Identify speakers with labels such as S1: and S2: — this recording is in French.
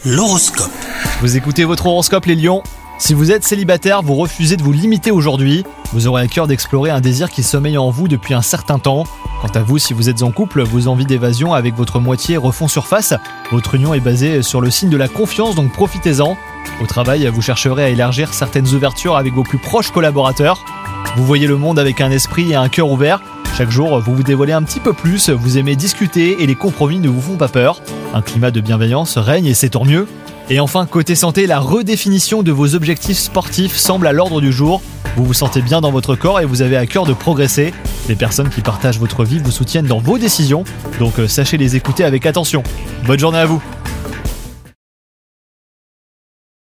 S1: L'horoscope.
S2: Vous écoutez votre horoscope les lions. Si vous êtes célibataire, vous refusez de vous limiter aujourd'hui. Vous aurez à cœur d'explorer un désir qui sommeille en vous depuis un certain temps. Quant à vous, si vous êtes en couple, vos envies d'évasion avec votre moitié refont surface. Votre union est basée sur le signe de la confiance, donc profitez-en. Au travail, vous chercherez à élargir certaines ouvertures avec vos plus proches collaborateurs. Vous voyez le monde avec un esprit et un cœur ouvert. Chaque jour, vous vous dévoilez un petit peu plus, vous aimez discuter et les compromis ne vous font pas peur. Un climat de bienveillance règne et c'est tant mieux. Et enfin, côté santé, la redéfinition de vos objectifs sportifs semble à l'ordre du jour. Vous vous sentez bien dans votre corps et vous avez à cœur de progresser. Les personnes qui partagent votre vie vous soutiennent dans vos décisions, donc sachez les écouter avec attention. Bonne journée à vous.